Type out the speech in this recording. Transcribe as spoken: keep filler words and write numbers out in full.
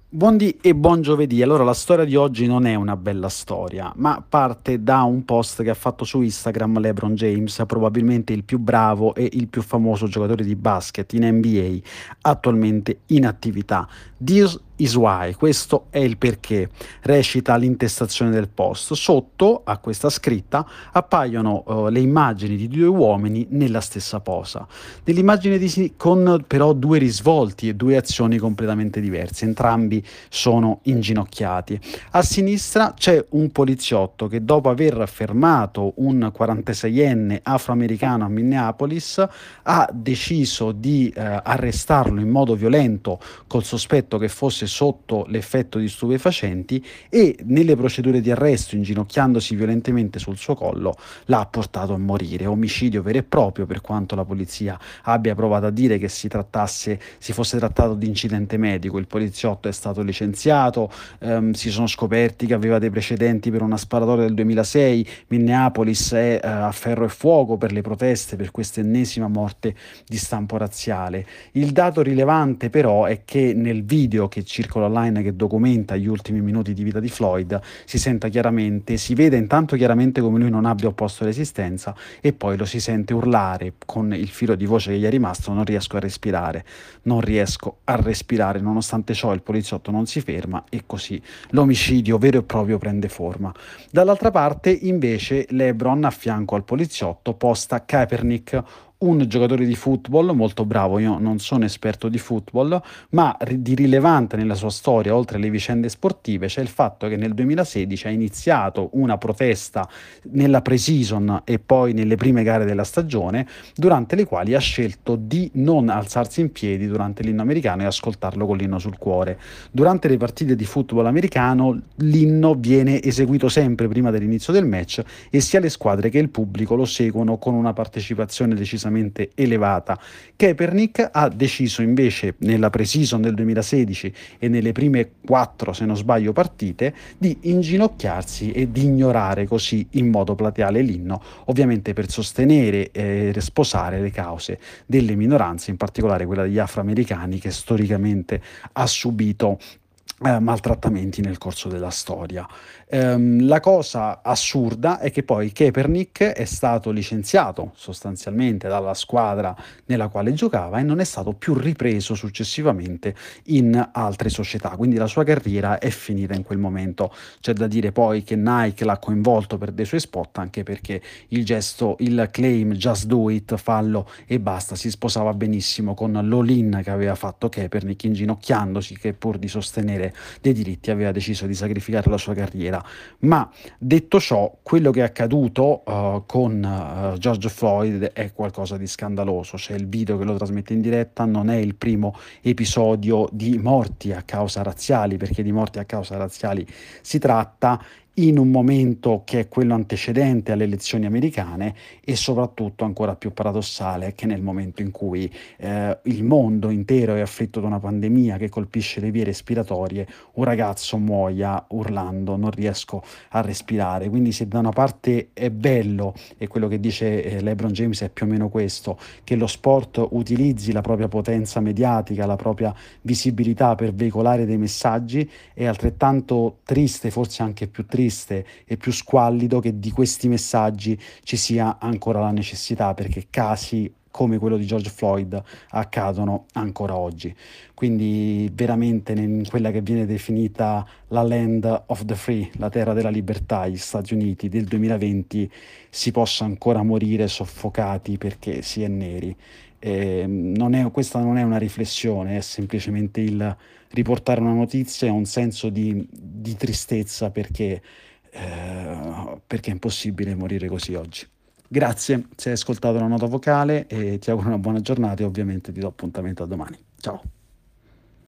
Buondì e buon giovedì. Allora, la storia di oggi non è una bella storia, ma parte da un post che ha fatto su Instagram LeBron James, probabilmente il più bravo e il più famoso giocatore di basket in N B A attualmente in attività. This is why, questo è il perché, recita l'intestazione del post. Sotto a questa scritta appaiono eh, le immagini di due uomini nella stessa posa. Dell'immagine di si- con però due risvolti e due azioni completamente diverse, entrambi sono inginocchiati. A sinistra c'è un poliziotto che dopo aver fermato un quarantaseienne afroamericano a Minneapolis ha deciso di eh, arrestarlo in modo violento col sospetto che fosse sotto l'effetto di stupefacenti e nelle procedure di arresto, inginocchiandosi violentemente sul suo collo, l'ha portato a morire. Omicidio vero e proprio, per quanto la polizia abbia provato a dire che si trattasse, si fosse trattato di incidente medico. Il poliziotto è stato licenziato, ehm, si sono scoperti che aveva dei precedenti per una sparatoria del duemilasei, Minneapolis è eh, a ferro e fuoco per le proteste per questa ennesima morte di stampo razziale. Il dato rilevante però è che nel video che circola online, che documenta gli ultimi minuti di vita di Floyd, si senta chiaramente, si vede intanto chiaramente come lui non abbia opposto resistenza e poi lo si sente urlare con il filo di voce che gli è rimasto: non riesco a respirare, non riesco a respirare. Nonostante ciò il poliziotto non si ferma e così l'omicidio vero e proprio prende forma. Dall'altra parte invece LeBron, a fianco al poliziotto, posta Kaepernick, un giocatore di football molto bravo. Io non sono esperto di football, ma ri- di rilevante nella sua storia, oltre alle vicende sportive, c'è il fatto che nel duemilasedici ha iniziato una protesta nella pre-season e poi nelle prime gare della stagione, durante le quali ha scelto di non alzarsi in piedi durante l'inno americano e ascoltarlo con l'inno sul cuore. Durante le partite di football americano l'inno viene eseguito sempre prima dell'inizio del match e sia le squadre che il pubblico lo seguono con una partecipazione decisamente elevata. Kaepernick ha deciso invece nella pre-season del duemilasedici e nelle prime quattro, se non sbaglio, partite, di inginocchiarsi e di ignorare così in modo plateale l'inno, ovviamente per sostenere e sposare le cause delle minoranze, in particolare quella degli afroamericani, che storicamente ha subito eh, maltrattamenti nel corso della storia. Ehm, la cosa assurda è che poi Kaepernick è stato licenziato sostanzialmente dalla squadra nella quale giocava e non è stato più ripreso successivamente in altre società, quindi la sua carriera è finita in quel momento. C'è da dire poi che Nike l'ha coinvolto per dei suoi spot, anche perché il gesto, il claim "just do it", fallo e basta, si sposava benissimo con l'all-in che aveva fatto Kaepernick, inginocchiandosi, che pur di sostenere dei diritti aveva deciso di sacrificare la sua carriera. Ma detto ciò, quello che è accaduto uh, con uh, George Floyd è qualcosa di scandaloso. C'è il video che lo trasmette in diretta, non è il primo episodio di morti a causa razziali, perché di morti a causa razziali si tratta in un momento che è quello antecedente alle elezioni americane, e soprattutto, ancora più paradossale, che nel momento in cui eh, il mondo intero è afflitto da una pandemia che colpisce le vie respiratorie, un ragazzo muoia urlando "non riesco a respirare". Quindi se da una parte è bello, e quello che dice eh, LeBron James è più o meno questo, che lo sport utilizzi la propria potenza mediatica, la propria visibilità per veicolare dei messaggi, è altrettanto triste, forse anche più triste e più squallido, che di questi messaggi ci sia ancora la necessità, perché casi come quello di George Floyd accadono ancora oggi. Quindi veramente in quella che viene definita la land of the free, la terra della libertà, gli Stati Uniti del duemilaventi, si possa ancora morire soffocati perché si è neri. Eh, non è, questa non è una riflessione, è semplicemente il riportare una notizia e un senso di, di tristezza, perché, eh, perché è impossibile morire così oggi. Grazie se hai ascoltato la nota vocale e ti auguro una buona giornata, e ovviamente ti do appuntamento a domani. Ciao.